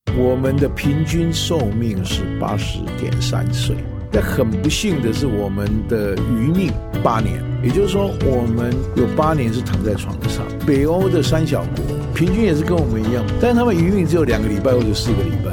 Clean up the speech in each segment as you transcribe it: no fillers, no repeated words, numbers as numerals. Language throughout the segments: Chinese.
我们的平均寿命是80.3岁，但很不幸的是我们的余命8年，也就是说我们有8年是躺在床上。北欧的3小国平均也是跟我们一样，但是他们余命只有2个礼拜或者4个礼拜。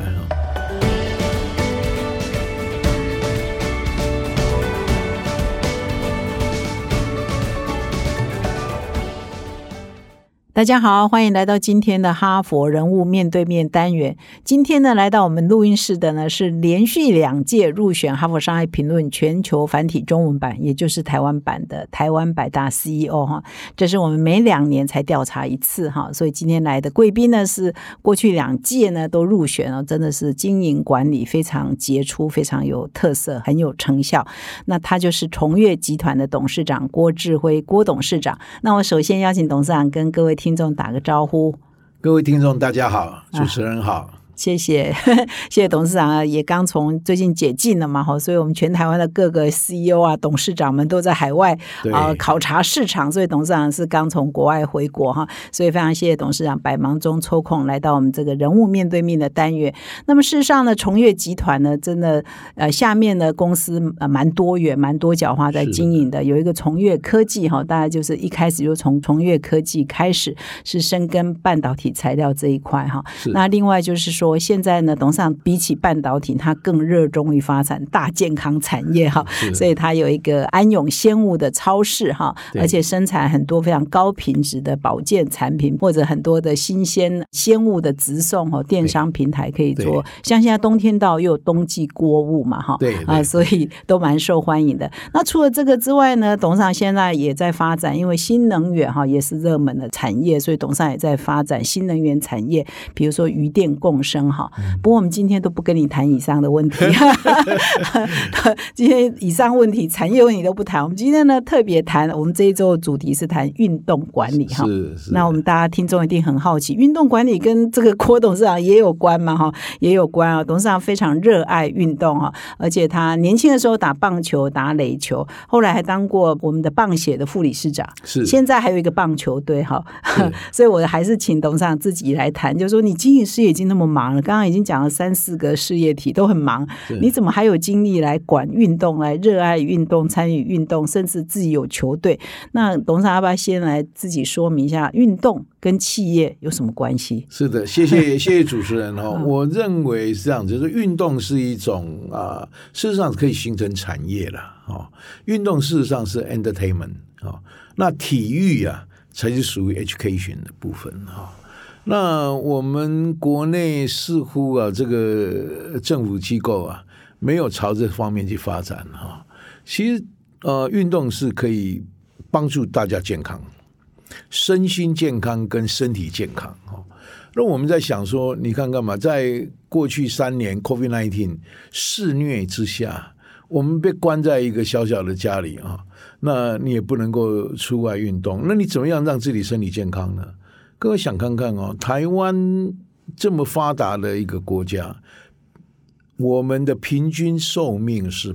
大家好，欢迎来到今天的哈佛人物面对面单元。今天呢，来到我们录音室的呢是连续2届入选哈佛商业评论全球繁体中文版，也就是台湾版的台湾百大 CEO 哈。这是我们每2年才调查一次哈，所以今天来的贵宾呢是过去2届呢都入选了，真的是经营管理非常杰出，非常有特色，很有成效。那他就是崇越集团的董事长郭志辉，郭董事长。那我首先邀请董事长跟各位听众打个招呼。 各位听众大家好，主持人好。 谢谢谢谢董事长啊，也刚从最近解禁了嘛，所以我们全台湾的各个 CEO 啊董事长们都在海外考察市场，所以董事长是刚从国外回国哈，所以非常谢谢董事长百忙中抽空来到我们这个人物面对面的单元。那么事实上呢，崇越集团呢真的下面的公司蛮多元蛮多角化在经营的，有一个崇越科技哈，大概就是一开始就从崇越科技开始是深耕半导体材料这一块哈。那另外就是说现在呢，董事长比起半导体，他更热衷于发展大健康产业哈，所以他有一个安永鲜物的超市哈，而且生产很多非常高品质的保健产品，或者很多的新鲜鲜物的直送哈，电商平台可以做。像现在冬天到又有冬季锅物嘛哈，所以都蛮受欢迎的。那除了这个之外呢，董事长现在也在发展，因为新能源哈也是热门的产业，所以董事长也在发展新能源产业，比如说余电共生。不过我们今天都不跟你谈以上的问题今天以上问题产业问题都不谈，我们今天呢特别谈，我们这一周的主题是谈运动管理哈。那我们大家听众一定很好奇，运动管理跟这个郭董事长也有关吗哈？也有关啊，董事长非常热爱运动哈，而且他年轻的时候打棒球打垒球，后来还当过我们的棒协的副理事长，现在还有一个棒球队哈所以我还是请董事长自己来谈，就是说你经营事业已经那么忙了，刚刚已经讲了3-4个事业体都很忙，你怎么还有精力来管运动，来热爱运动，参与运动，甚至自己有球队？那董事长要不要先来自己说明一下运动跟企业有什么关系？ 是的，谢谢主持人我认为是这样，就是运动是一种事实上可以形成产业了运动事实上是 entertainment 那体育才是属于 education 的部分那我们国内似乎这个政府机构没有朝这方面去发展其实运动是可以帮助大家健康，身心健康跟身体健康那我们在想说，你看干嘛？在过去3年 COVID-19 肆虐之下，我们被关在一个小小的家里那你也不能够出外运动，那你怎么样让自己身体健康呢？各位想看看台湾这么发达的一个国家，我们的平均寿命是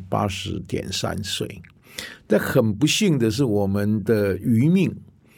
80.3岁，但很不幸的是我们的余命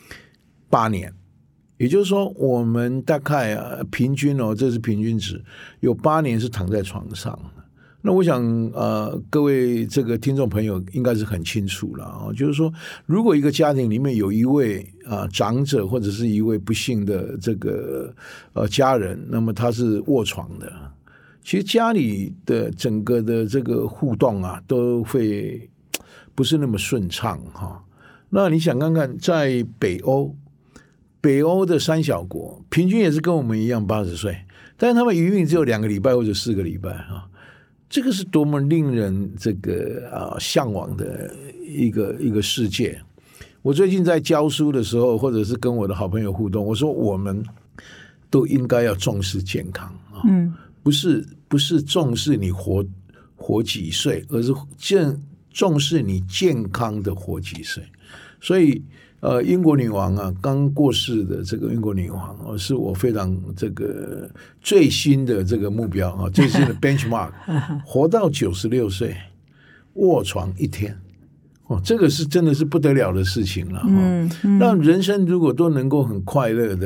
8年，也就是说我们大概平均这是平均值，有8年是躺在床上。那我想各位这个听众朋友应该是很清楚了就是说如果一个家庭里面有一位长者或者是一位不幸的这个家人，那么他是卧床的，其实家里的整个的这个互动都会不是那么顺畅那你想看看在北欧的3小国平均也是跟我们一样80岁，但是他们余命只有2个礼拜或者4个礼拜这个是多么令人这个向往的一个世界。我最近在教书的时候，或者是跟我的好朋友互动，我说我们都应该要重视健康不是重视你活几岁，而是重视你健康的活几岁。所以英国女王刚过世的这个英国女王是我非常这个最新的这个目标最新的 benchmark 活到96岁卧床1天这个是真的是不得了的事情了那人生如果都能够很快乐的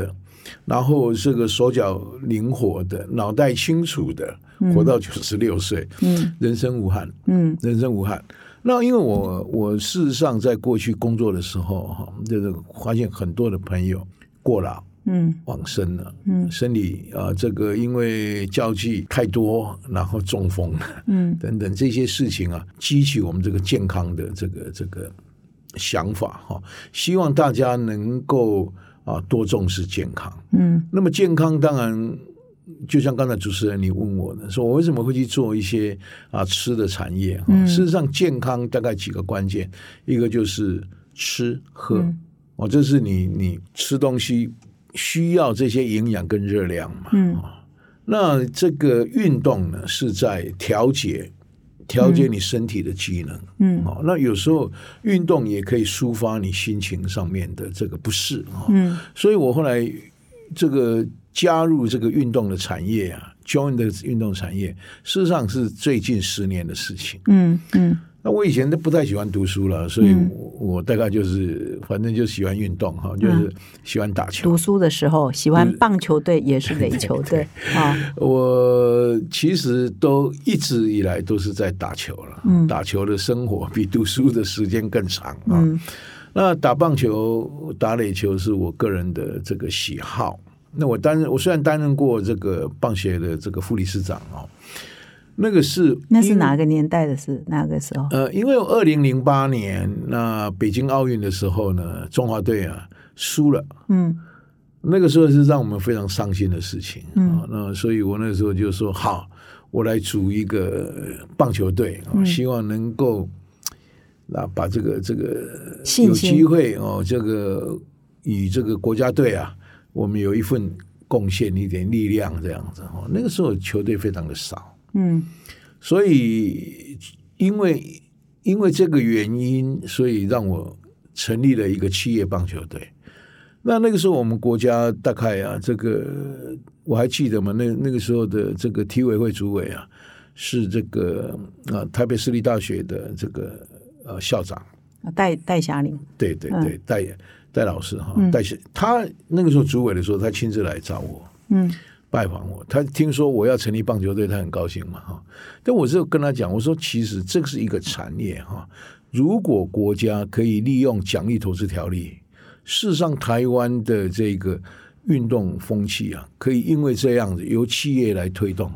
然后这个手脚灵活的，脑袋清楚的，活到96岁，人生无憾，人生无憾。那因为我事实上在过去工作的时候，就是发现很多的朋友过劳，往生了，生理这个因为交际太多，然后中风，等等这些事情啊，激起我们这个健康的这个想法哈，希望大家能够多重视健康。那么健康当然就像刚才主持人你问我的，说我为什么会去做一些吃的产业？事实上，健康大概几个关键，一个就是吃喝，这是你吃东西需要这些营养跟热量嘛。那这个运动呢，是在调节你身体的机能。那有时候运动也可以抒发你心情上面的这个不适。所以我后来这个加入这个运动的产业join 的运动产业，事实上是最近10年的事情。那我以前都不太喜欢读书了，所以我大概就是反正就喜欢运动就是喜欢打球。 读书的时候喜欢棒球队也是垒球队我其实都一直以来都是在打球了，打球的生活比读书的时间更长那打棒球、打垒球是我个人的这个喜好。那我虽然担任过这个棒协的这个副理事长那是哪个年代的事？哪个时候？ 因为2008年那北京奥运的时候呢，中华队输了。那个时候是让我们非常伤心的事情。那所以我那时候就说好，我来组一个棒球队，希望能够把这个有机会这个与这个国家队我们有一份贡献一点力量这样子。那个时候球队非常的少。所以因为这个原因，所以让我成立了一个企业棒球队。那个时候我们国家大概这个我还记得嘛，那个时候的这个体委会主委是这个台北市立大学的这个校长戴霞玲。 对戴老师他那个时候主委的时候，他亲自来找我。拜访我，他听说我要成立棒球队，他很高兴嘛但我是跟他讲，我说其实这个是一个产业如果国家可以利用奖励投资条例，事实上台湾的这个运动风气可以因为这样子由企业来推动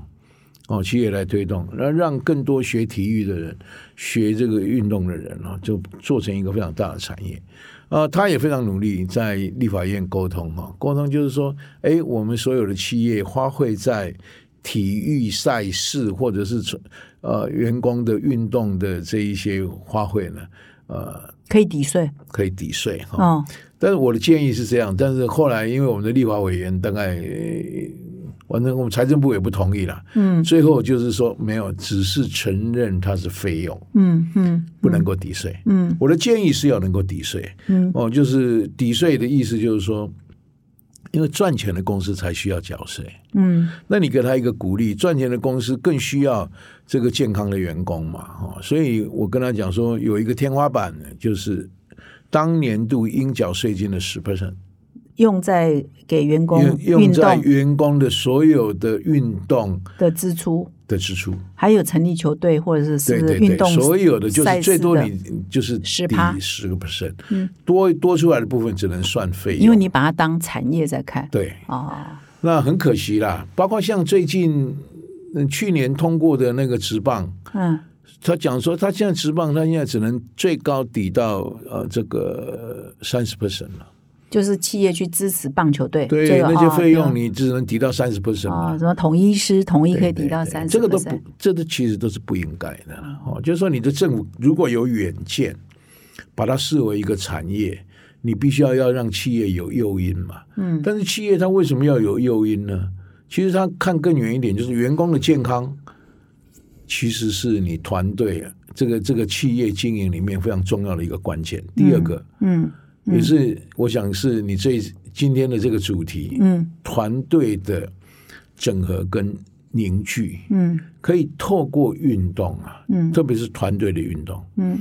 让更多学体育的人、学这个运动的人就做成一个非常大的产业。他也非常努力在立法院沟通就是说我们所有的企业花费在体育赛事或者是员工的运动的这一些花费呢可以抵税但是我的建议是这样，但是后来因为我们的立法委员大概反正我们财政部也不同意了，最后就是说没有，只是承认它是费用，不能够抵税。我的建议是要能够抵税，就是抵税的意思就是说，因为赚钱的公司才需要缴税，那你给他一个鼓励，赚钱的公司更需要这个健康的员工嘛，所以我跟他讲说，有一个天花板，就是当年度应缴税金的10%。 用在给员工用在员工的所有的运动的支出， 还有成立球队或者是运动所有的就是最多你就是抵 10%，多出来的部分只能算费用， 因为你把它当产业在看。 对那很可惜啦，包括像最近去年通过的那个职棒，他讲说他现在职棒他现在只能最高抵到这个30% 了。 就是企业去支持棒球队， 对那些费用你只能抵到30%嘛。 什么统一师统一可以抵到30%， 这都其实都是不应该的就是说你的政府如果有远见，把它视为一个产业，你必须要让企业有诱因嘛。但是企业它为什么要有诱因呢？其实它看更远一点，就是员工的健康，其实是你团队这个企业经营里面非常重要的一个关键。第二个，也是我想是你今天的这个主题，团队的整合跟凝聚，可以透过运动特别是团队的运动，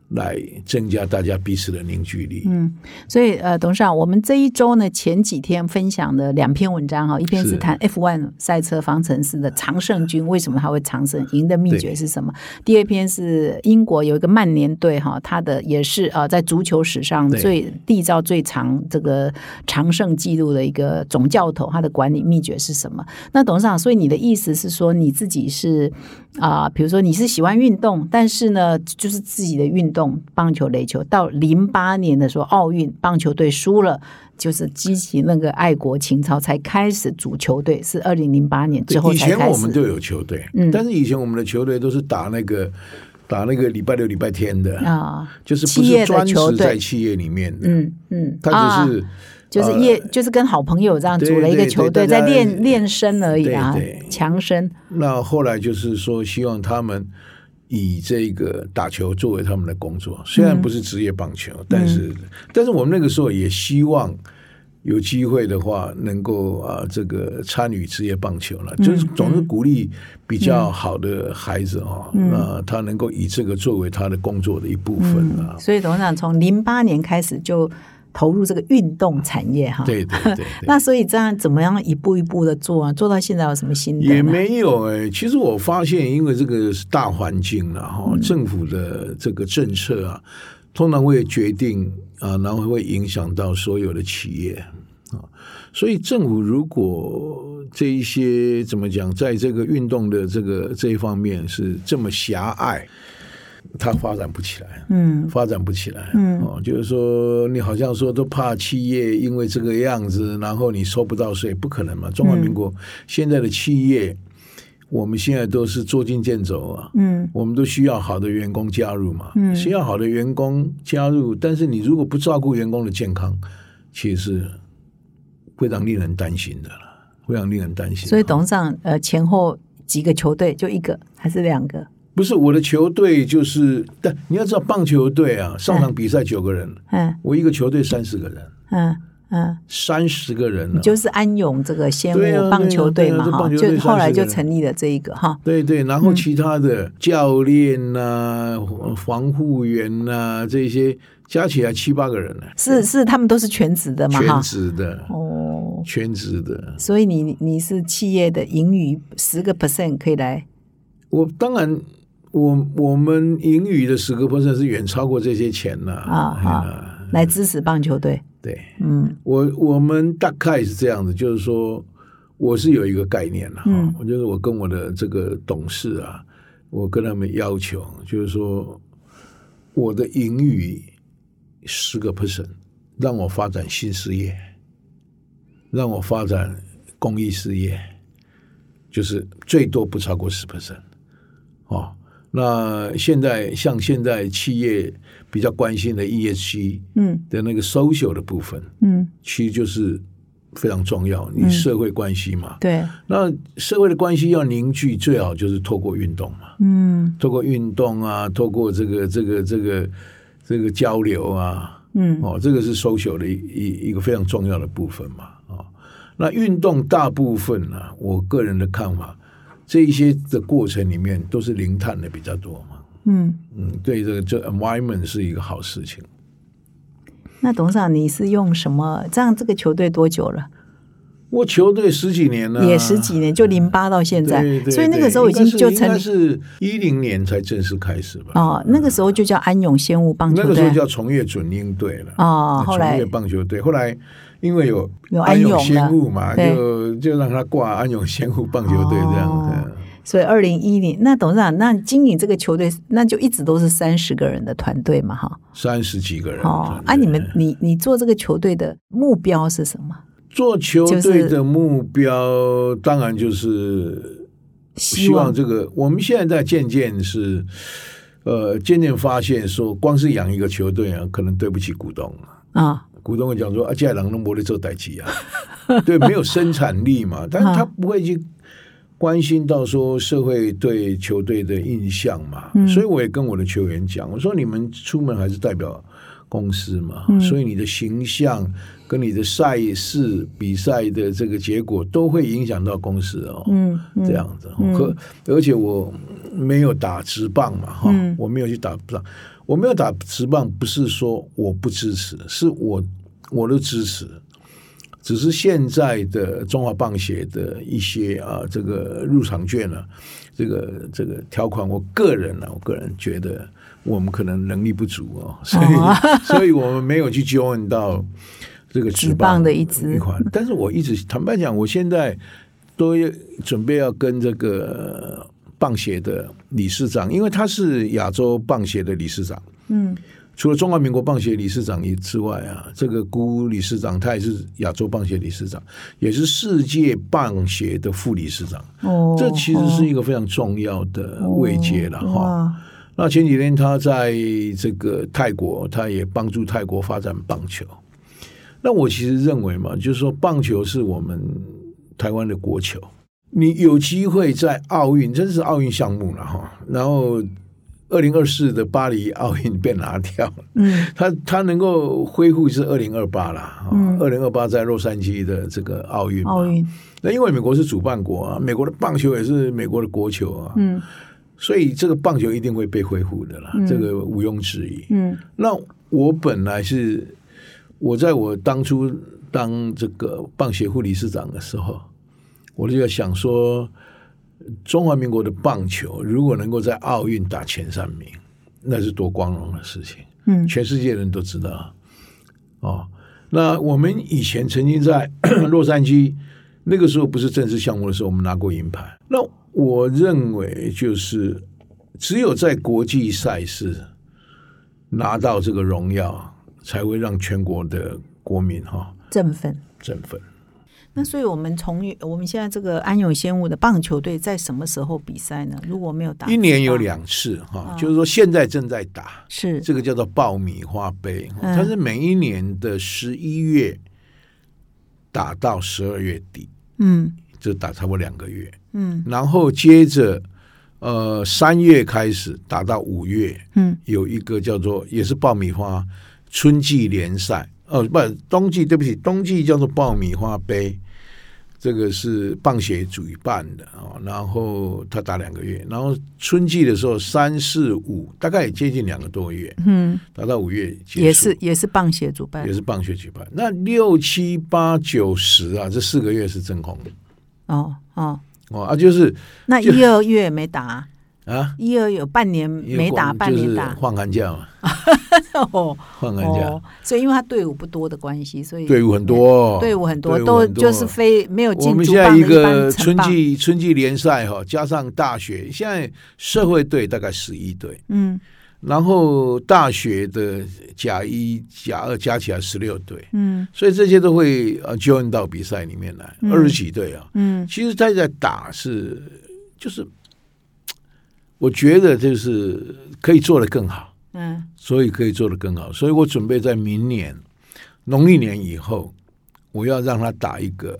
来增加大家彼此的凝聚力。 所以董事长，我们这一周呢，前几天分享的2篇文章哈，一篇是谈 F1 赛车方程式的常胜军为什么他会常胜，赢的秘诀是什么？第二篇是英国有一个曼联队哈，他的也是在足球史上缔造最长这个常胜纪录的一个总教头，他的管理秘诀是什么？那董事长，所以你的意思是说你自己是比如说你是喜欢运动，但是呢，就是自己的运动棒球、垒球，到08年的时候奥运棒球队输了，就是激起那个爱国情操，才开始组球队，是2008年之后才开始。 以前我们就有球队，但是以前我们的球队都是打那个礼拜六、礼拜天的就是不是专职在企业里面的，他就是跟好朋友这样组了一个球队，在练身而已啊，强身。 那后来就是说，希望他们以这个打球作为他们的工作，虽然不是职业棒球，但是我们那个时候也希望有机会的话，能够这个参与职业棒球了，就是总是鼓励比较好的孩子那他能够以这个作为他的工作的一部分所以董事长从08年开始就投入这个运动产业哈， 对。 那所以这样怎么样一步一步的做做到现在有什么心得？ 也没有其实我发现，因为这个是大环境政府的这个政策通常会决定然后会影响到所有的企业所以政府如果这一些怎么讲，在这个运动的这一方面是这么狭隘，它发展不起来，发展不起来，就是说你好像说都怕企业因为这个样子，然后你收不到税，不可能嘛。中华民国现在的企业，我们现在都是捉襟见肘我们都需要好的员工加入嘛，需要好的员工加入，但是你如果不照顾员工的健康，其实是非常令人担心的了，非常令人担心。 所以董事长前后几个球队，就1个还是2个？ 不是我的球队，就是但你要知道棒球队上场比赛9个人，我一个球队30个人，30个人你就是安永这个仙武棒球队嘛就后来就成立了这一个对，然后其他的教练防护员这些加起来7、8个人是他们都是全职的嘛？ 全职的全职的。 所以你是企业的盈余10% 可以来？ 我当然。我们盈余的10% 是远超过这些钱来支持棒球队。 对，我们大概是这样子，就是说，我是有一个概念我就是我跟我的这个董事我跟他们要求，就是说，我的盈余10%，让我发展新事业，让我发展公益事业，就是最多不超过10%。那现在企业比较关心的 ESG 的那个 social 的部分其实就是非常重要，你社会关系嘛对， 那社会的关系要凝聚，最好就是透过运动嘛透过运动透过这个交流这个是 social 的一个非常重要的部分嘛那运动大部分我个人的看法，这一些的过程里面都是零碳的比较多嘛，对这 environment 是一个好事情。 那董事长你是用什么？这样这个球队多久了？ 我球队10几年了， 也10几年，就08到现在， 对， 所以那个时候已经就成立， 应该是10年才正式开始吧？ 那个时候就叫安永仙武棒球队， 那个时候叫崇越准鹰队了后来崇越棒球队，后来因为有安永仙武嘛，就让他挂安永仙武棒球队这样子。 所以2010，那董事长，那经营这个球队，那就一直都是30个人的团队嘛 30几个人你做这个球队的目标是什么？ 做球队的目标当然就是希望这个，我们现在渐渐发现说，光是养一个球队可能对不起股东股东会讲说这人都没在做代志对，没有生产力嘛，但是他不会去关心到说社会对球队的印象嘛，所以我也跟我的球员讲，我说你们出门还是代表公司嘛，所以你的形象跟你的赛事比赛的这个结果都会影响到公司这样子而且我没有打职棒嘛我没有去打职棒， 我没有打职棒，不是说我不支持，是我都支持，只是现在的中华棒协的一些这个入场券呢，这个条款，我个人觉得我们可能能力不足所以我们没有去join到这个职棒的一款。但是我一直坦白讲，我现在都准备要跟这个棒协的理事长，因为他是亚洲棒协的理事长，除了中华民国棒协理事长之外这个辜理事长他也是亚洲棒协理事长，也是世界棒协的副理事长。这其实是一个非常重要的位阶了那前几天他在这个泰国，他也帮助泰国发展棒球。那我其实认为嘛，就是说棒球是我们台湾的国球。你有机会在奥运，真是奥运项目了然后2024的巴黎奥运被拿掉他能够恢复是2028啦2028在洛杉矶的这个奥运那因为美国是主办国美国的棒球也是美国的国球所以这个棒球一定会被恢复的啦这个毋庸置疑那我本来是在我当初当这个棒协副理事长的时候，我就想说，中华民国的棒球如果能够在奥运打前3名，那是多光荣的事情。全世界人都知道。那我们以前曾经在洛杉矶，那个时候不是正式项目的时候，我们拿过银牌。那我认为就是只有在国际赛事拿到这个荣耀，才会让全国的国民振奋。 那所以我们现在这个安永仙雾的棒球队在什么时候比赛呢？如果没有打 ，1年有2次就是说现在正在打， 是这个叫做爆米花杯，它是每一年的11月打到12月底，就打差不多2个月，然后接着3月开始打到5月，有一个叫做也是爆米花春季联赛，冬季对不起，冬季叫做爆米花杯。这个是棒协主办的然后他打2个月，然后春季的时候3、4、5大概也接近2个多月，打到5月结束， 也是棒协主办， 也是棒协举办。那6、7、8、9、10这4个月是真空的就是那1、2月没打1、2有半年没打，半年打， 就是放寒假嘛放寒假所以因为他队伍不多的关系，所以队伍很多， 都就是没有进我们现在一个春季联赛加上大学，现在社会队大概11队，然后大学的甲1、甲2加起来16队，所以这些都会join到比赛里面来，20几队其实他在打就是我觉得就是可以做得更好，所以可以做得更好，所以我准备在明年农历年以后，我要让他打一个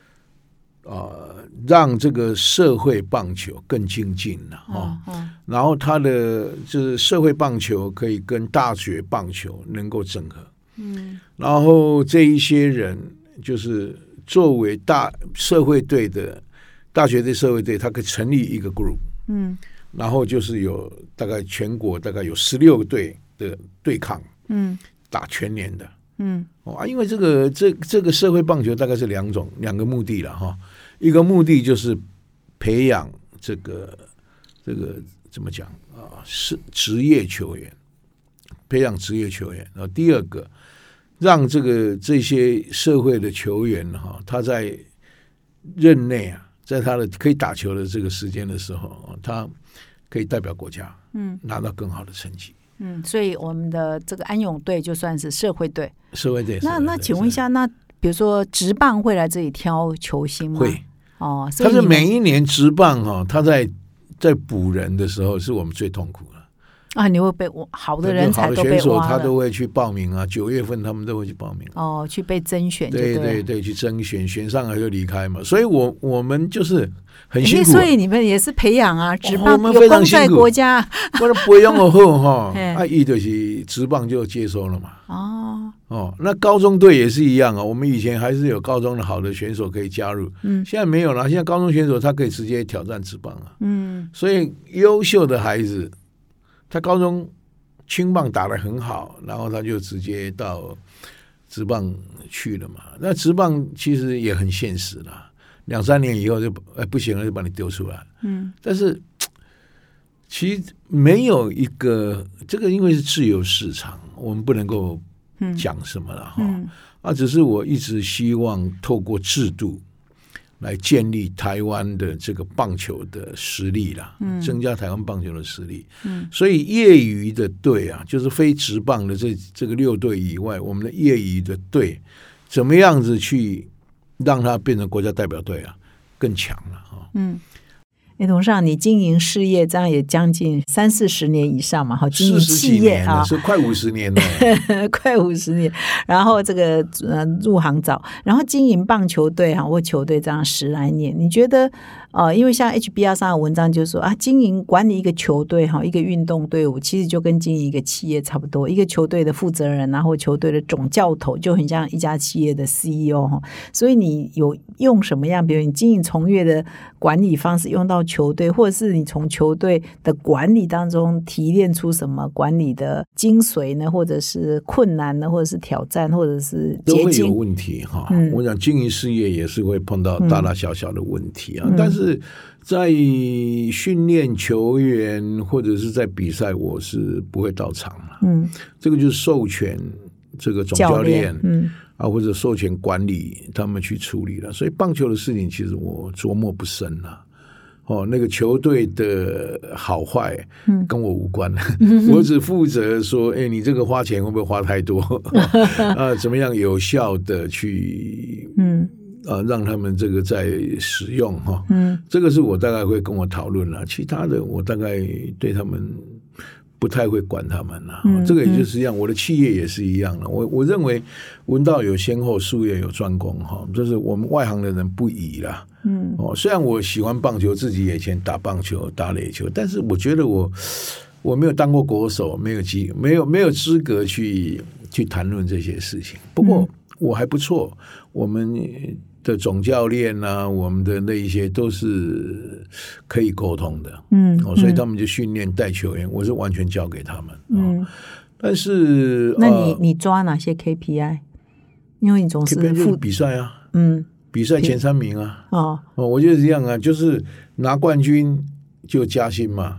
让这个社会棒球更精进了然后他的就是社会棒球可以跟大学棒球能够整合，然后这一些人就是作为大社会队的大学队社会队，他可以成立一个 group，然后就是有大概全国大概有16队的对抗，打全年的，因为这个社会棒球大概是两个目的了一个目的就是培养这个怎么讲是职业球员，培养职业球员，然后第二个让这些社会的球员他在任内在他的可以打球的这个时间的时候，他可以代表国家，拿到更好的成绩。 所以我们的这个安永队就算是社会队。那请问一下，那比如说职棒会来这里挑球星吗？ 会他是每一年职棒他在补人的时候是我们最痛苦的。 你会被好的人才都被挖了， 好的选手他都会去报名9月份他们都会去报名去被甄选， 对，去甄选，选上来就离开嘛。所以我们就是很辛苦， 所以你们也是培养职棒有功在国家， 我的培养后一就是职棒就接收了嘛。那高中队也是一样我们以前还是有高中的好的选手可以加入，现在没有了。现在高中选手他可以直接挑战职棒所以优秀的孩子他高中青棒打得很好，然后他就直接到职棒去了嘛。那职棒其实也很现实啦，2-3年以后就不行了，就把你丢出来。但是其实没有一个这个，因为是自由市场，我们不能够讲什么了哈。只是我一直希望透过制度来建立台湾的这个棒球的实力啦，增加台湾棒球的实力。所以业余的队啊，就是非职棒的这个6队以外，我们的业余的队怎么样子去让它变成国家代表队啊，更强了哈。 董事长，你经营事业这样也将近30-40年以上嘛？哈，经营企业啊， 是快50年了， 快50年。然后这个入行早，然后经营棒球队哈或球队这样10来年，你觉得因为像 HBR 上的文章就说经营管理一个球队哈，一个运动队伍，其实就跟经营一个企业差不多。一个球队的负责人然后球队的总教头就很像一家企业的 CEO 哈。所以你有用什么样，比如你经营从业的管理方式用到球队，或者是你从球队的管理当中提炼出什么管理的精髓呢？或者是困难呢？或者是挑战，或者是捷径， 都会有问题哈。我想经营事业也是会碰到大大小小的问题啊。但是在训练球员或者是在比赛，我是不会到场了。这个就是授权这个总教练或者授权管理他们去处理了。所以棒球的事情其实我琢磨不深了。那个球队的好坏跟我无关，我只负责说，你这个花钱会不会花太多怎么样有效的去让他们这个在使用哈，这个是我大概会跟我讨论了，其他的我大概对他们不太会管他们了。这个也就是一样，我的企业也是一样了。我认为文道有先后，术业有专攻哈，就是我们外行的人不宜啦。虽然我喜欢棒球，自己以前打棒球、打垒球，但是我觉得我没有当过国手，没有资格去谈论这些事情。不过我还不错，我们的总教练啊，我们的那一些都是可以沟通的。所以他们就训练带球员，我是完全交给他们。但是那你抓哪些 KPI？ 因为你总是就是比赛啊，比赛前3名啊。我觉得这样啊，就是拿冠军就加薪嘛，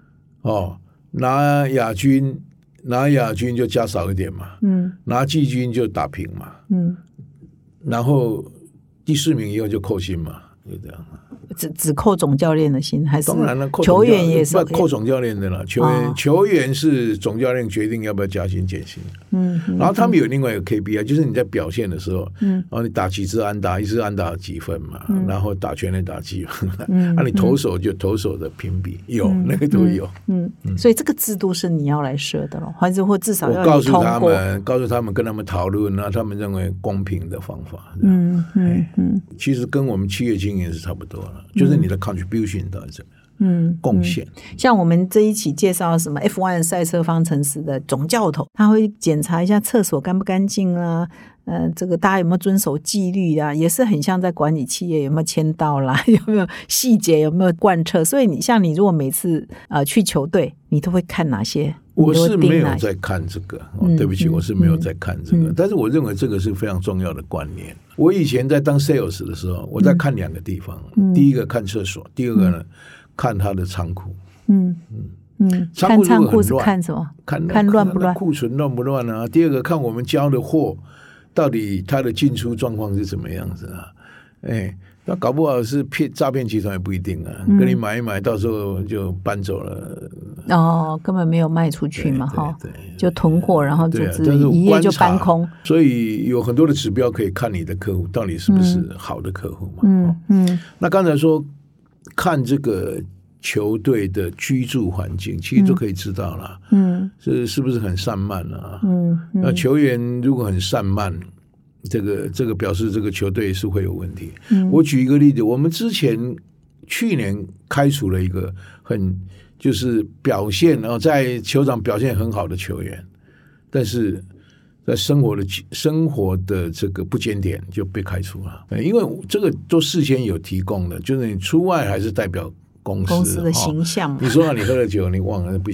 拿亚军就加少一点嘛，拿季军就打平嘛，然后第4名以后就扣薪嘛，就这样。 只扣总教练的薪，还是当然了， 球员也是扣总教练的了。球员是总教练决定要不要加薪减薪。然后他们有另外一个 KPI， 就是你在表现的时候，然后你打几支安打，一支安打几分嘛，然后打全垒打几分，你投手就投手的评比有那个都有。 所以这个制度是你要来设的了，还是或至少要告诉他们跟他们讨论啊，他们认为公平的方法。其实跟我们企业经营是差不多了。就是你的 contribution 到底怎么样？贡献。 像我们这一期介绍什么 F1 赛车方程式的总教头，他会检查一下厕所干不干净啊，这个大家有没有遵守纪律啊，也是很像在管理企业有没有签到啦，有没有细节，有没有贯彻。所以你如果每次去球队，你都会看哪些？ 我是没有在看这个，对不起，我是没有在看这个。但是我认为这个是非常重要的观念。我以前在当 sales 的时候，我在看2个地方，第一个看厕所，第二个呢看他的仓库。 看仓库是看什么？看乱不乱， 库存乱不乱啊？第二个看我们交的货到底它的进出状况是怎么样子啊？那搞不好是诈骗集团也不一定啊，跟你买一买，到时候就搬走了。 根本没有卖出去嘛，就囤货，然后就是一夜就搬空。 所以有很多的指标可以看你的客户到底是不是好的客户嘛。那刚才说看这个球队的居住环境，其实就可以知道了，是不是很散漫啊？那球员如果很散漫，这个表示这个球队是会有问题。我举一个例子，我们去年开除了一个就是表现在球场表现很好的球员，但是在生活的这个不检点就被开除了。因为这个都事先有提供的，就是你出外还是代表公司的形象。 你说你喝了酒，你忘了不行。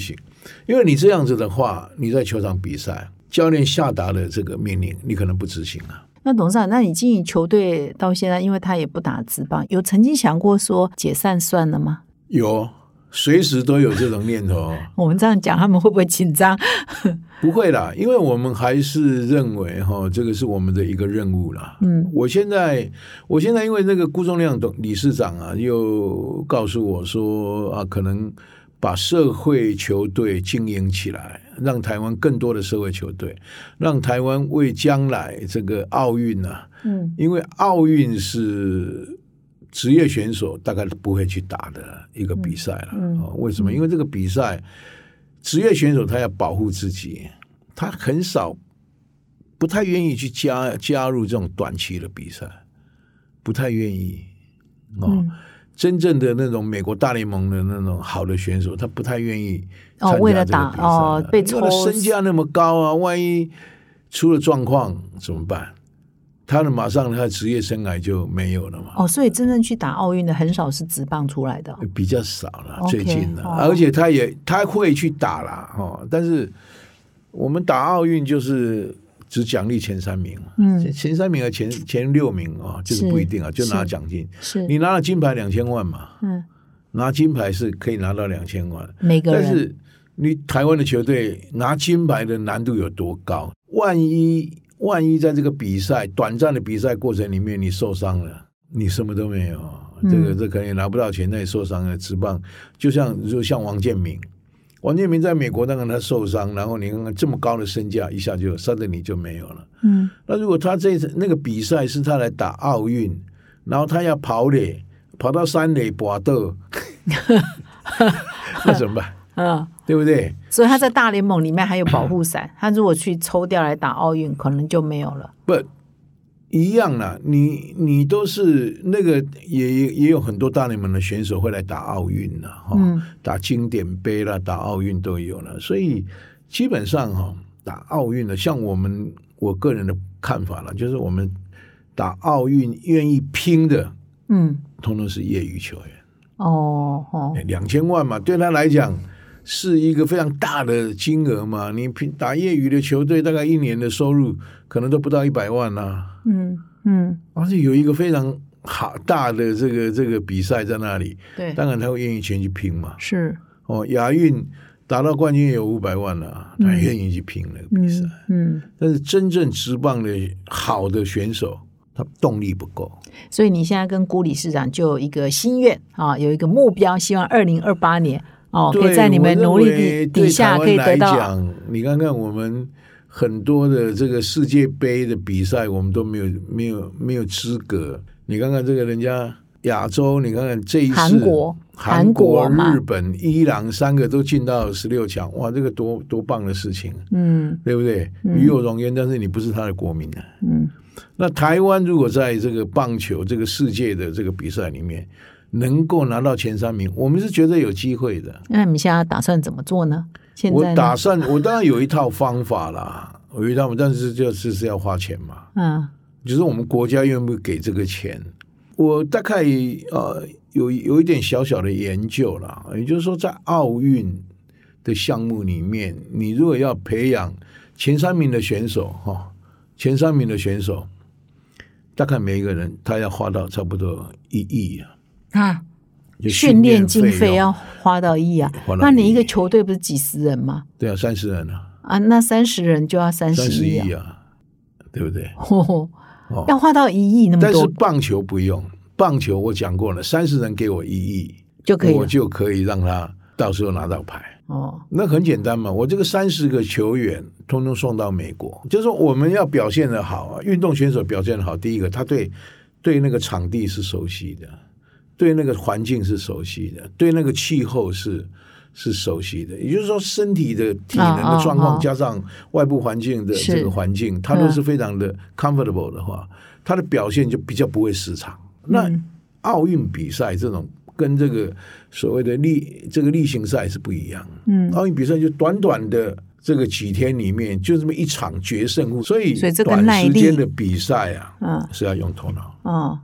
因为你这样子的话，你在球场比赛，教练下达的这个命令，你可能不执行啊。 那董事长，那你经营球队到现在，因为他也不打职棒，有曾经想过说解散算了吗？ 有，随时都有这种念头。 我们这样讲，他们会不会紧张？ 不会啦，因为我们还是认为这个是我们的一个任务啦。我现在因为那个辜仲亮理事长啊，又告诉我说啊，可能把社会球队经营起来，让台湾更多的社会球队，让台湾为将来这个奥运啊，因为奥运是职业选手大概不会去打的一个比赛了。为什么？因为这个比赛，职业选手他要保护自己，他很少不太愿意去加入这种短期的比赛，不太愿意。真正的那种美国大联盟的那种好的选手，他不太愿意参加这个比赛。为了打被抽， 身价那么高啊，万一出了状况怎么办？他马上他的职业生涯就没有了嘛。 所以真正去打奥运的很少是职棒出来的， 比较少了，最近的。而且他会去打啦，但是我们打奥运就是只奖励前3名，前3名和前6名这个不一定啊，就拿奖金。 是你拿了金牌2000万嘛，拿金牌是可以拿到2000万， 每个人。 但是你台湾的球队拿金牌的难度有多高？万一在这个短暂的比赛过程里面你受伤了，你什么都没有，这可能也拿不到钱，那也受伤了。职棒就像王建民在美国，当然他受伤，然后你看看这么高的身价，一下就suddenly就没有了。那如果他那个比赛是他来打奥运，然后他要跑垒，跑到3垒拔豆，那怎么办？对不对？ 所以他在大联盟里面还有保护伞，他如果去抽掉来打奥运，可能就没有了。 不一样啦，你都是那个也有很多大联盟的选手会来打奥运啦，打经典杯啦，打奥运都有了。所以基本上打奥运的，像我个人的看法啦，就是我们打奥运愿意拼的，通通是业余球员。2000万嘛，对他来讲是一个非常大的金额嘛。你打业余的球队，大概1年的收入可能都不到100万啦。而且有一个非常大的这个比赛在那里， 对， 当然他会愿意全去拼嘛。 是亚运打到冠军也有500万了，他愿意去拼那个比赛。但是真正职棒的好的选手，他动力不够。 所以你现在跟辜理事长就有一个心愿有一个目标，希望2028年可以在你们努力底下可以得到。 你看看我们很多的这个世界杯的比赛，我们都没有资格。你看看这个人家亚洲，你看看这一次韩国、日本、伊朗3个都进到16强，哇，这个多棒的事情，对不对？与有荣焉，但是你不是他的国民啊。那台湾如果在这个棒球这个世界的这个比赛里面能够拿到前3名，我们是觉得有机会的。 那你们现在打算怎么做呢？ 我当然有一套方法啦，但是就是要花钱嘛。就是我们国家愿不愿意给这个钱？我大概有一点小小的研究啦，也就是说，在奥运的项目里面，你如果要培养前3名的选手大概每一个人他要花到差不多1亿训练经费要花到1亿啊！那你一个球队不是几十人吗？ 对啊，30人啊。 那30人就要30亿啊，对不对？ 要花到1亿那么多。 但是棒球不用，棒球我讲过了，30人给我1亿就可以了， 我就可以让他到时候拿到牌。那很简单嘛，我这个30个球员通通送到美国，就是说我们要表现得好啊，运动选手表现得好，第一个他对那个场地是熟悉的，对那个环境是熟悉的，对那个气候是熟悉的，也就是说身体的体能的状况加上外部环境的这个环境，它都是非常的 comfortable 的话，他的表现就比较不会失常。那奥运比赛这种跟这个所谓的例行赛是不一样。奥运比赛就短短的这个几天里面就这么一场决胜负，所以短时间的比赛是要用头脑。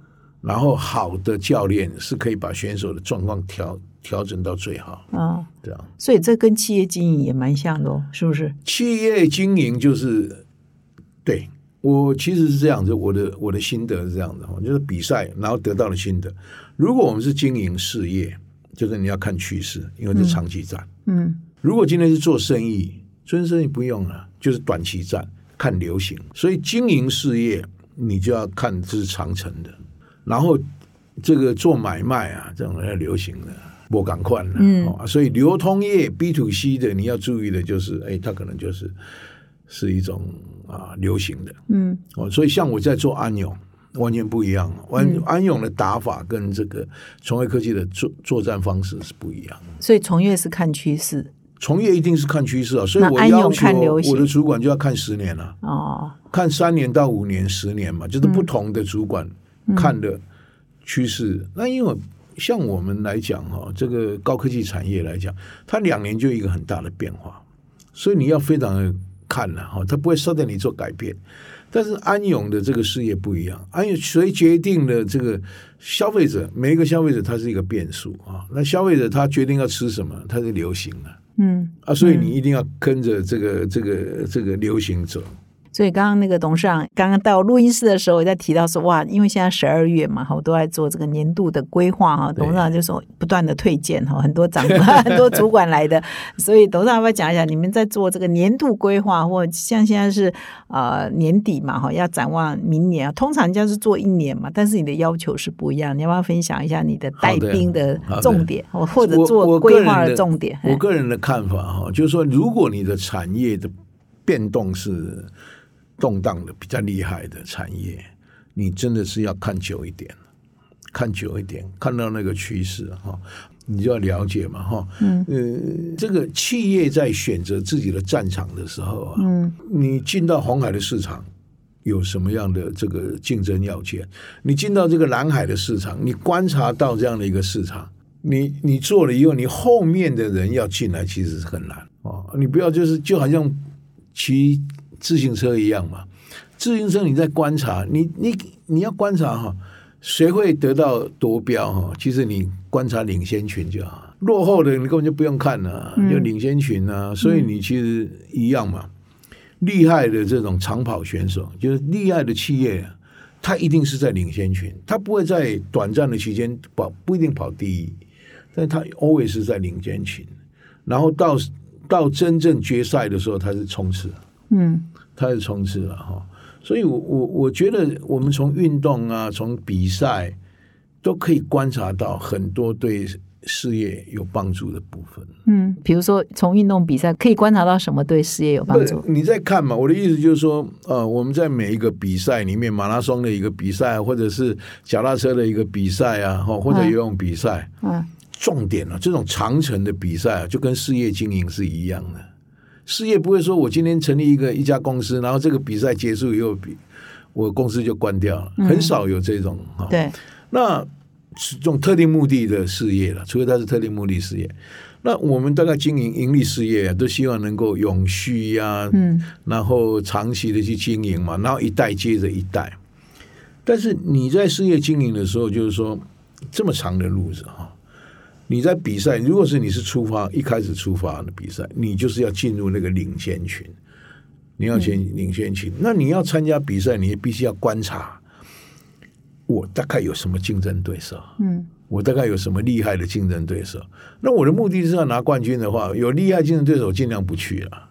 然后好的教练是可以把选手的状况调整到最好。这样， 所以这跟企业经营也蛮像的哦，是不是？ 企业经营就是对。我其实是这样子，我的心得是这样的，就是比赛然后得到了心得。如果我们是经营事业，就是你要看趋势，因为是长期战。如果今天是做生意不用了，就是短期战，看流行。所以经营事业你就要看这是长程的，然后这个做买卖啊，这种流行的不赶快了。所以流通业 B2C 的你要注意的就是，它可能是一种流行的。所以像我在做安永完全不一样，安永的打法跟这个崇越科技的作战方式是不一样。 所以崇越是看趋势， 从业一定是看趋势啊，所以我要求我的主管就要看10年了。看3年到5年、10年嘛，就是不同的主管看的趋势。那因为像我们来讲这个高科技产业来讲，它2年就一个很大的变化，所以你要非常的看了它不会suddenly做改变。但是安永的这个事业不一样，安永谁决定了这个消费者，每一个消费者他是一个变数那消费者他决定要吃什么，他是流行的。所以你一定要跟着这个流行走。 所以刚刚那个董事长刚刚到录音室的时候，我在提到说，哇，因为现在12月嘛，我都在做这个年度的规划董事长就说不断的推荐很多长官很多主管来的，所以董事长要不要讲一下你们在做这个年度规划，或像现在是年底嘛要展望明年通常人家是做1年嘛，但是你的要求是不一样，你要不要分享一下你的带兵的重点，或者做规划的重点？ 我个人的看法就是说，如果你的产业的变动是动荡的比较厉害的产业，你真的是要看久一点，看到那个趋势你就要了解嘛这个企业在选择自己的战场的时候你进到红海的市场有什么样的这个竞争要件？你进到这个蓝海的市场，你观察到这样的一个市场，你做了以后，你后面的人要进来其实是很难你不要就好像骑自行车一样嘛，自行车你在观察，你要观察谁会得到夺标其实你观察领先群就好，落后的你根本就不用看了就领先群所以你其实一样嘛。厉害的这种长跑选手，就是厉害的企业，他一定是在领先群，他不会在短暂的期间不一定跑第一，但他 always 是在领先群，然后到真正决赛的时候他是冲刺他是冲刺了所以我觉得我们从运动从比赛都可以观察到很多对事业有帮助的部分。 比如说从运动比赛可以观察到什么对事业有帮助？ 你在看嘛，我的意思就是说我们在每一个比赛里面，马拉松的一个比赛，或者是脚踏车的一个比赛或者游泳比赛重点这种长程的比赛就跟事业经营是一样的。事业不会说我今天成立一家公司，然后这个比赛结束以后我公司就关掉了，很少有这种对， 那这种特定目的的事业了，除非它是特定目的事业，那我们大概经营盈利事业都希望能够永续然后长期的去经营嘛，然后一代接着一代。但是你在事业经营的时候，就是说这么长的路子你在比赛，如果是你是一开始出发的比赛，你就是要进入那个领先群，你要先领先群。那你要参加比赛，你也必须要观察我大概有什么竞争对手，我大概有什么厉害的竞争对手。那我的目的是要拿冠军的话，有厉害竞争对手尽量不去了。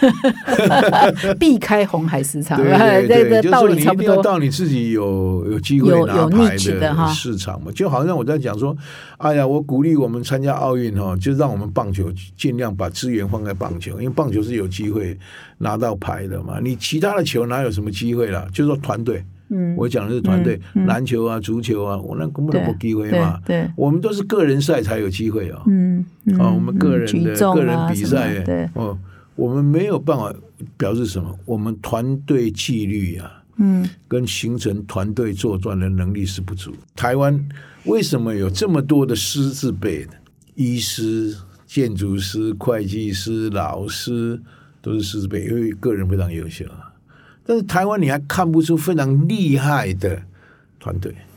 避开红海市场， 对， 道理差不多。 就是说你一定要到你自己有机会拿牌的市场嘛。就好像我在讲说，哎呀，我鼓励我们参加奥运就让我们棒球尽量把资源放在棒球，因为棒球是有机会拿到牌的嘛。你其他的球哪有什么机会啦？就是说团队。我讲的是团队，篮球足球我那根本没机会嘛。对，我们都是个人赛才有机会我们个人比赛我们没有办法表示什么，我们团队纪律跟形成团队作战的能力是不足。台湾为什么有这么多的师字辈的医师、建筑师、会计师、老师都是师字辈？因为个人非常优秀但是台湾你还看不出非常厉害的团队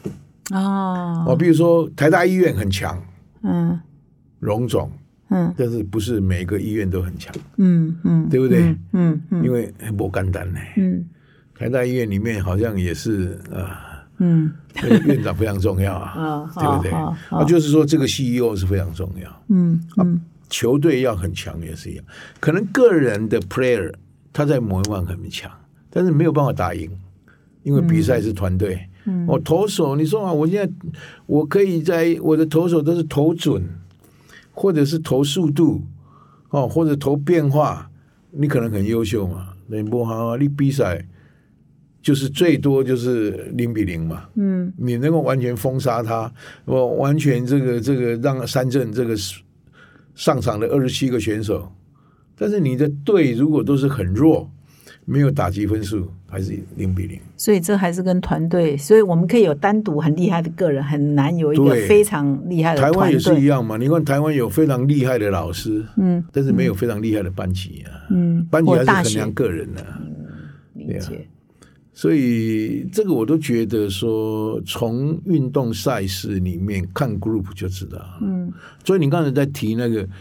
比如说台大医院很强，荣总，但是不是每个医院都很强，对不对？因为不简单呢，台大医院里面好像也是那个院长非常重要对不对？就是说这个 CEO 是非常重要，球队要很强也是一样，可能个人的 player 他在某一方很强，但是没有办法打赢，因为比赛是团队。投手，你说我现在我可以在我的投手都是投准，或者是投速度，或者投变化，你可能很优秀嘛。你不好，你比赛就是最多就是0-0嘛。你能够完全封杀他，完全这个让三振这个上场的27个选手，但是你的队如果都是很弱，没有打击分数，还是0-0。 所以这还是跟团队，所以我们可以有单独很厉害的个人，很难有一个非常厉害的团队。 台湾也是一样嘛，你看台湾有非常厉害的老师，但是没有非常厉害的班级班级还是衡量个人理解。 所以这个我都觉得说，从运动赛事里面看 group 就知道。所以你刚才在提那个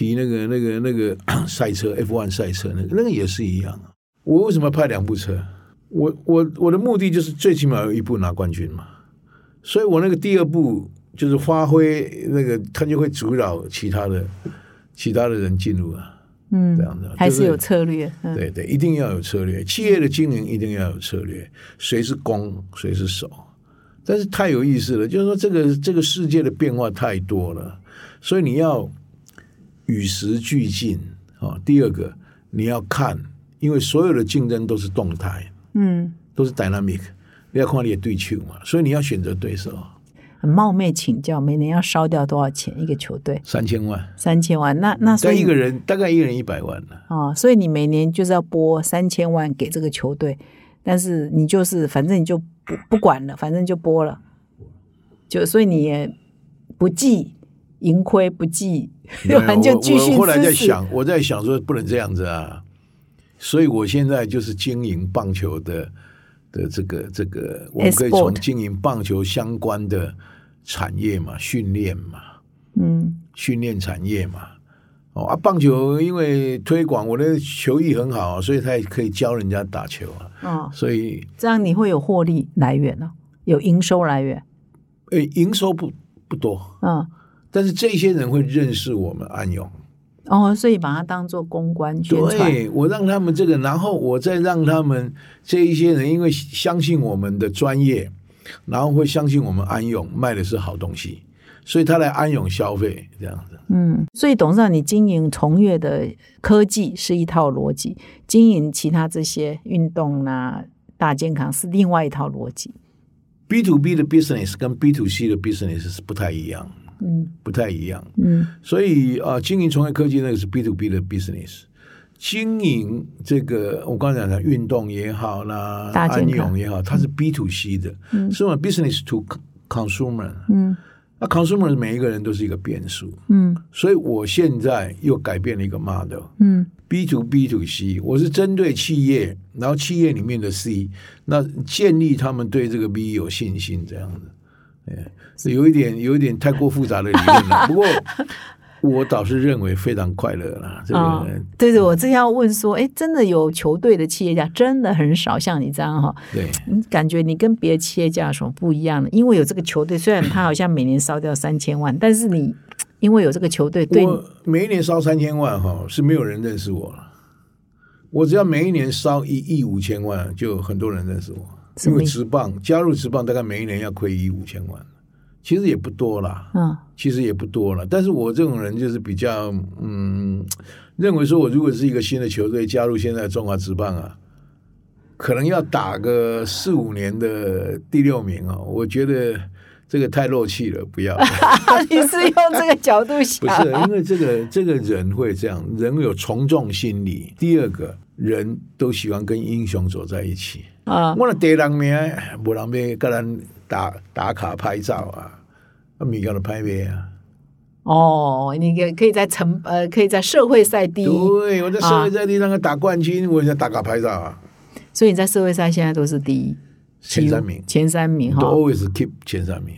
赛车 F1 赛车那个也是一样。我为什么派2部车？我的目的就是最起码有一部拿冠军嘛，所以我那个第2部就是发挥那个，他就会阻扰其他的人进入这样的还是有策略。 对，一定要有策略。企业的经营一定要有策略，谁是攻，谁是守。但是太有意思了，就是说这个世界的变化太多了，所以你要与时俱进第二个，你要看。因为所有的竞争都是动态，都是 dynamic， 你要看你的对手嘛，所以你要选择对手。 很冒昧请教，每年要烧掉多少钱一个球队 ？3000万。 3000万，那所以大概一个人100万了。 所以你每年就是要拨3000万给这个球队，但是你就是反正你就不管了，反正就拨了，所以你也不计盈亏，不计，就继续。 我后来我在想说不能这样子啊。所以我现在就是经营棒球的这个，我们可以从经营棒球相关的产业嘛，训练嘛，训练产业嘛，棒球因为推广，我的球艺很好，所以他也可以教人家打球所以这样你会有获利来源有营收来源。 营收不多，但是这些人会认识我们安永。 所以把它当作公关宣传。 对，我让他们这个，然后我再让他们这一些人，因为相信我们的专业，然后会相信我们安永卖的是好东西，所以他来安永消费这样子。 所以董事长，你经营崇越的科技是一套逻辑，经营其他这些运动大健康是另外一套逻辑。 B2B 的 business 跟 B2C 的 business 是不太一样。不太一样。所以经营崇越科技那个是 B2B 的 business， 经营这个我刚才讲的运动也好啦，安永也好，它是 B2C 的，是 business to consumer。那 consumer 每一个人都是一个变数。所以我现在又改变了一个 model。B2B2C， 我是针对企业，然后企业里面的 C， 那建立他们对这个 B 有信心这样子。是有一点太过复杂的理论了，不过我倒是认为非常快乐啦。 对，我正要问说，真的有球队的企业家真的很少，像你这样对， 你感觉你跟别的企业家有什么不一样呢？因为有这个球队，虽然他好像每年烧掉3000万，但是你因为有这个球队，对我每一年烧3000万是没有人认识我了。我只要每一年烧1亿5千万，就很多人认识我。因为职棒加入职棒，大概每一年要亏1亿5千万，其实也不多啦。其实也不多了。但是我这种人就是比较认为说，我如果是一个新的球队加入现在的中华职棒可能要打个4-5年的第6名我觉得这个太弱气了，不要。 你是用这个角度想？ 不是，因为这个人会这样，人有从众心理。第二个，人都喜欢跟英雄走在一起。我的第2名，没人要跟咱打卡拍照没跟他拍卖你可以在社会赛第一。 对，我在社会赛第一那个打冠军，我想打卡拍照所以你在社会赛现在都是第一， 前3名， 前3名都 always keep 前3名。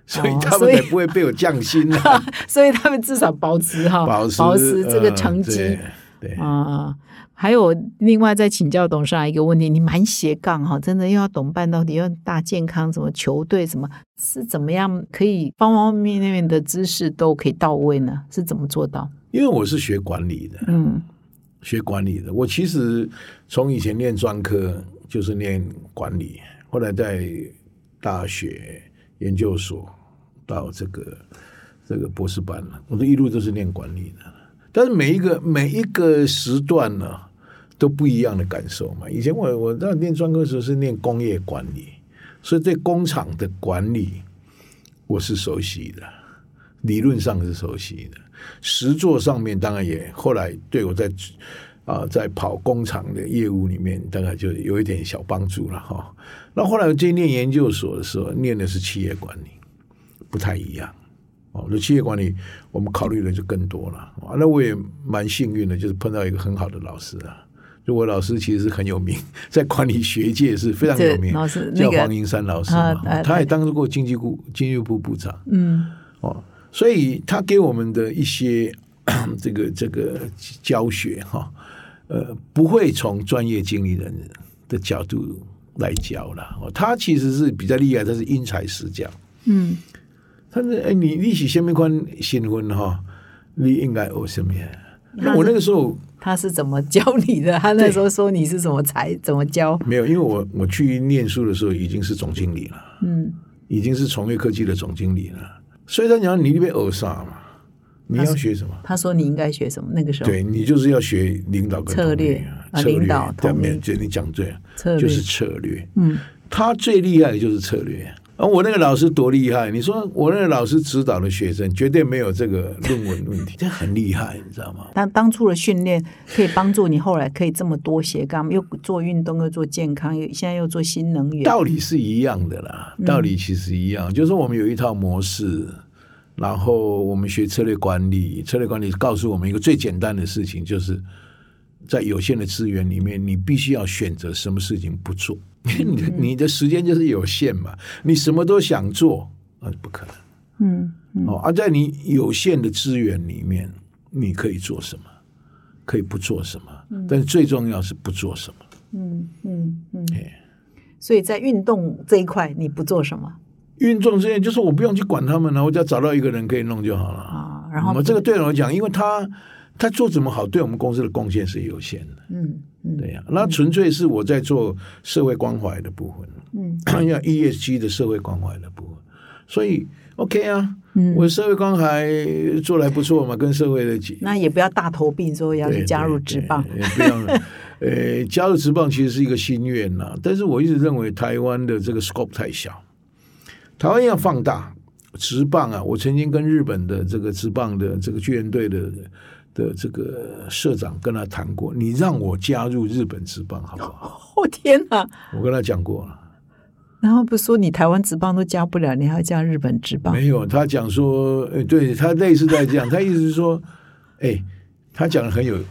所以他们才不会被我降薪啊。 所以他们至少保持这个成绩。 对还有另外再请教董事长一个问题，你蛮斜杠哈，真的又要懂半导体，又要大健康，什么球队，什么是怎么样可以方方面面的知识都可以到位呢？是怎么做到？ 因为我是学管理的，学管理的。我其实从以前念专科就是念管理，后来在大学研究所到这个博士班了，我这一路都是念管理的。但是每一个时段呢，都不一样的感受嘛。以前我在念专科的时候是念工业管理，所以对工厂的管理我是熟悉的，理论上是熟悉的，实作上面当然也后来对我在跑工厂的业务里面大概就有一点小帮助了哈。那后来我去念研究所的时候，念的是企业管理，不太一样。那企业管理我们考虑的就更多了。那我也蛮幸运的，就是碰到一个很好的老师啊。就我老师其实是很有名，在管理学界是非常有名，叫黄银山老师嘛，他也当过经济部部长。所以他给我们的一些这个教学哈，不会从专业经理人的角度来教了。他其实是比较厉害，他是因材施教。他说：“你是什么款新闻哈？你应该学什么？”那我那个时候他是怎么教你的？他那时候说你是怎么教？ 没有，因为我去念书的时候已经是总经理了，已经是崇越科技的总经理了。所以他讲你那边学啥嘛？你要学什么？ 他说你应该学什么？那个时候， 对你就是要学领导跟策略，领导统领， 你讲对了， 策略就是策略。他最厉害的就是策略。我那个老师多厉害！你说我那个老师指导的学生绝对没有这个论文问题，这很厉害，你知道吗？ 当初的训练可以帮助你后来可以这么多斜杠，又做运动，又做健康，现在又做新能源。 道理是一样的啦，道理其实一样，就是我们有一套模式，然后我们学策略管理，策略管理告诉我们一个最简单的事情，就是在有限的资源里面，你必须要选择什么事情不做。你的时间就是有限嘛，你什么都想做，那不可能。而在你有限的资源里面，你可以做什么，可以不做什么，但是最重要是不做什么。 所以在运动这一块，你不做什么？ 运动这些就是我不用去管他们了，我只要找到一个人可以弄就好了。然后这个对我来讲，因为他做怎么好，对我们公司的贡献是有限的。对呀，那纯粹是我在做社会关怀的部分，要 ESG 的社会关怀的部分，所以 OK 啊，我社会关怀做得还不错嘛，跟社会的那也不要大头病说要去加入职棒， 不要加入职棒其实是一个心愿呐，但是我一直认为台湾的这个 scope 太小，台湾要放大职棒啊。我曾经跟日本的这个职棒的这个巨人队的这个社长跟他谈过，你让我加入日本职棒好不好？ 天哪！ 我跟他讲过了。 然后不是说你台湾职棒都加不了，你还要加日本职棒？ 没有，他讲说，对他类似在这样，他意思是说，他讲的很有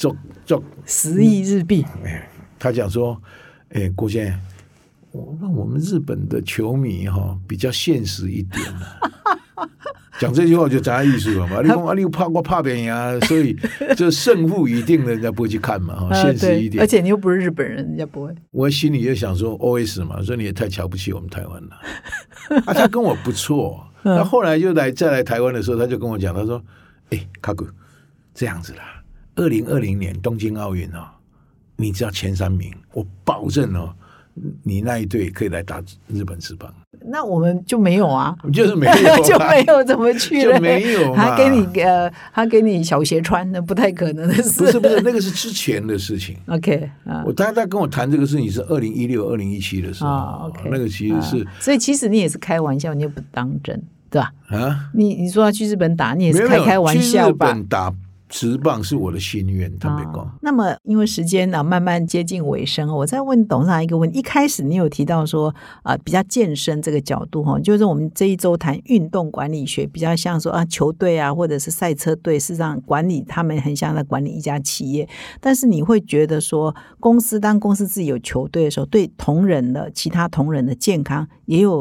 10亿日币。 他讲说，郭先生，我们日本的球迷比较现实一点讲这句话就砸艺术了嘛？你说你怕别人啊，所以这胜负一定的人家不会去看嘛，现实一点。 而且你又不是日本人，人家不会。 我心里就想说 OS 嘛，说你也太瞧不起我们台湾了。他跟我不错，那后来就再来台湾的时候，他就跟我讲，他说：“卡古这样子啦，2020年东京奥运你只要前3名，我保证你那一队可以来打日本职棒。” 那我们就没有啊， 就是没有， 就没有怎么去了？ 就没有嘛。 他给你小鞋穿，那不太可能的事。 不是，那个是之前的事情。 OK， 他跟我谈这个事情是2016、2017的时候。 OK， 那个其实是， 所以其实你也是开玩笑，你也不当真，对吧？你说要去日本打，你也是开玩笑吧？ 去日本打职棒是我的心愿，坦白讲。 那么因为时间慢慢接近尾声，我再问董事长一个问题。一开始你有提到说比较健身这个角度就是我们这一周谈运动管理学，比较像说球队啊或者是赛车队，事实上管理他们很像在管理一家企业。但是你会觉得说当公司自己有球队的时候，对其他同仁的健康也有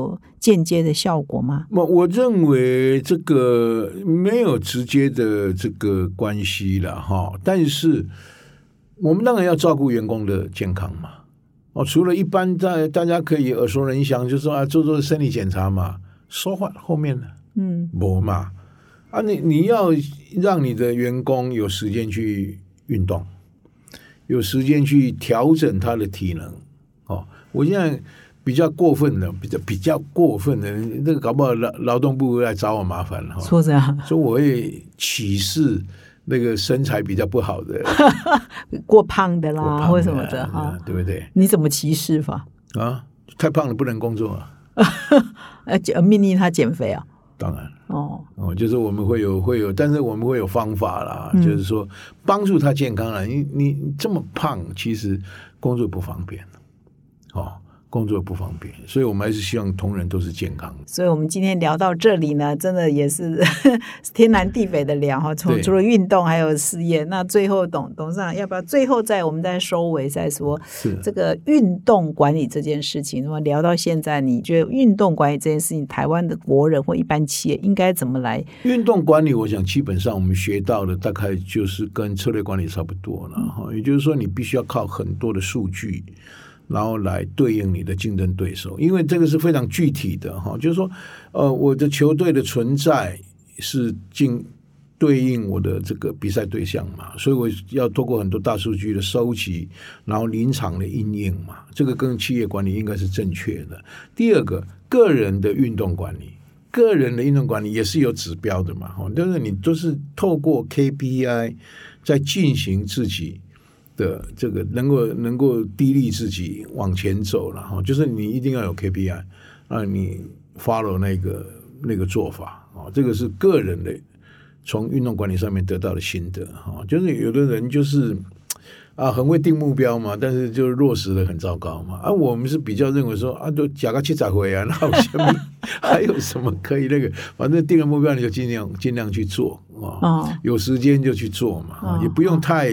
间接的效果吗？ 我认为这个没有直接的这个关系了哈，但是我们当然要照顾员工的健康嘛。除了一般大家可以耳熟能详，就是说做身体检查嘛，说话后面呢，没嘛你要让你的员工有时间去运动，有时间去调整他的体能。我现在比较过分的，比较过分的，那个搞不好劳动部来找我麻烦了。 说这样， 说我会歧视那个身材比较不好的过胖的啦，或什么的哈， 对不对？ 你怎么歧视法啊？太胖了不能工作啊！ 命令他减肥啊？ 当然就是我们会有，但是我们会有方法啦，就是说帮助他健康啦。你这么胖，其实工作不方便工作不方便，所以我们还是希望同仁都是健康的。 所以我们今天聊到这里呢，真的也是天南地北的聊哈，除了运动还有事业。那最后董事长要不要最后我们再收尾再说这个运动管理这件事情？那么聊到现在，你觉得运动管理这件事情，台湾的国人或一般企业应该怎么来？ 运动管理，我想基本上我们学到的大概就是跟策略管理差不多了也就是说，你必须要靠很多的数据，然后来对应你的竞争对手，因为这个是非常具体的就是说我的球队的存在是对应我的这个比赛对象嘛，所以我要透过很多大数据的收集，然后临场的因应嘛，这个跟企业管理应该是正确的。第二个，个人的运动管理也是有指标的嘛，就是你都是透过 KPI 在进行自己的这个能够砥砺自己往前走了就是你一定要有 KPI 你 follow 那个做法这个是个人的从运动管理上面得到的心得就是有的人就是很会定目标嘛，但是就落实的很糟糕嘛我们是比较认为说都假个70回那还有什么可以那个，反正定了目标你就尽量去做有时间就去做嘛也不用太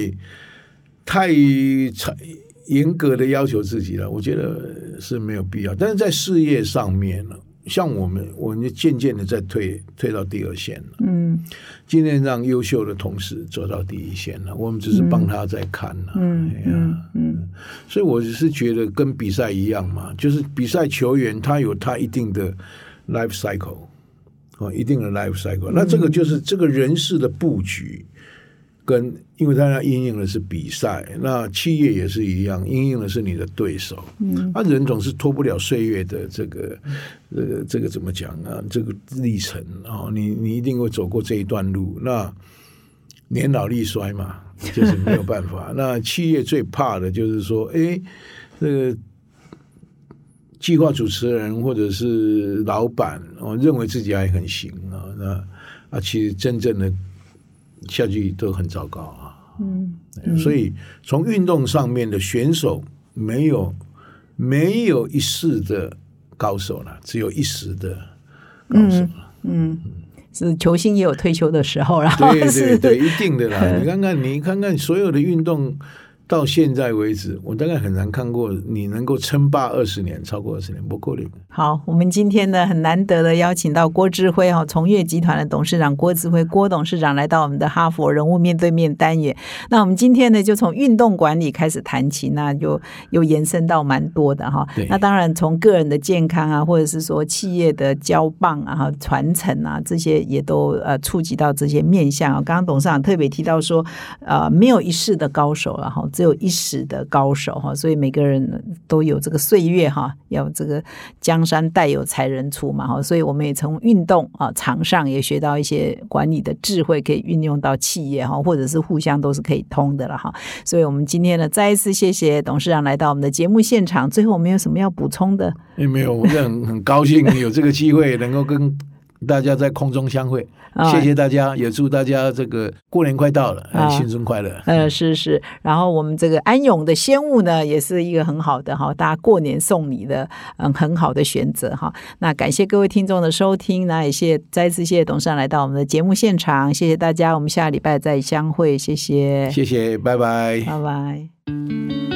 严格的要求自己了，我觉得是没有必要。但是在事业上面呢，像我们就渐渐的在退到第二线了。尽量让优秀的同事走到第一线了，我们只是帮他在看了。所以我只是觉得跟比赛一样嘛，就是比赛球员他有他一定的 life cycle 一定的 life cycle。那这个就是这个人事的布局。因为他因应的是比赛，那企业也是一样，因应的是你的对手。人总是脱不了岁月的这个怎么讲这个历程你一定会走过这一段路。那年老力衰嘛，就是没有办法。那企业最怕的就是说，这个计划主持人或者是老板认为自己还很行其实真正的下去都很糟糕所以从运动上面的选手没有一世的高手了，只有一时的高手了。 是球星也有退休的时候啦。 对，一定的啦。你看看所有的运动到现在为止，我大概很难看过你能够称霸20年，超过20年，不可能。 好，我们今天呢很难得的邀请到郭志辉从越集团的董事长郭志辉郭董事长来到我们的哈佛人物面对面单元。那我们今天呢就从运动管理开始谈起，那就又延伸到蛮多的那当然从个人的健康或者是说企业的交棒传承这些也都触及到这些面向刚刚董事长特别提到说没有一世的高手了只有一时的高手所以每个人都有这个岁月要这个江山代有才人出嘛所以我们也从运动场上也学到一些管理的智慧，可以运用到企业或者是互相都是可以通的了所以我们今天呢再一次谢谢董事长来到我们的节目现场。最后我们有什么要补充的？ 没有，我很高兴有这个机会能够跟大家在空中相会，谢谢大家，也祝大家这个过年快到了，新春快乐。 是，然后我们这个安永的鲜物呢，也是一个很好的大家过年送礼的很好的选择那感谢各位听众的收听，那也再次谢谢董事长来到我们的节目现场，谢谢大家，我们下礼拜再相会，谢谢， 拜拜， 拜拜。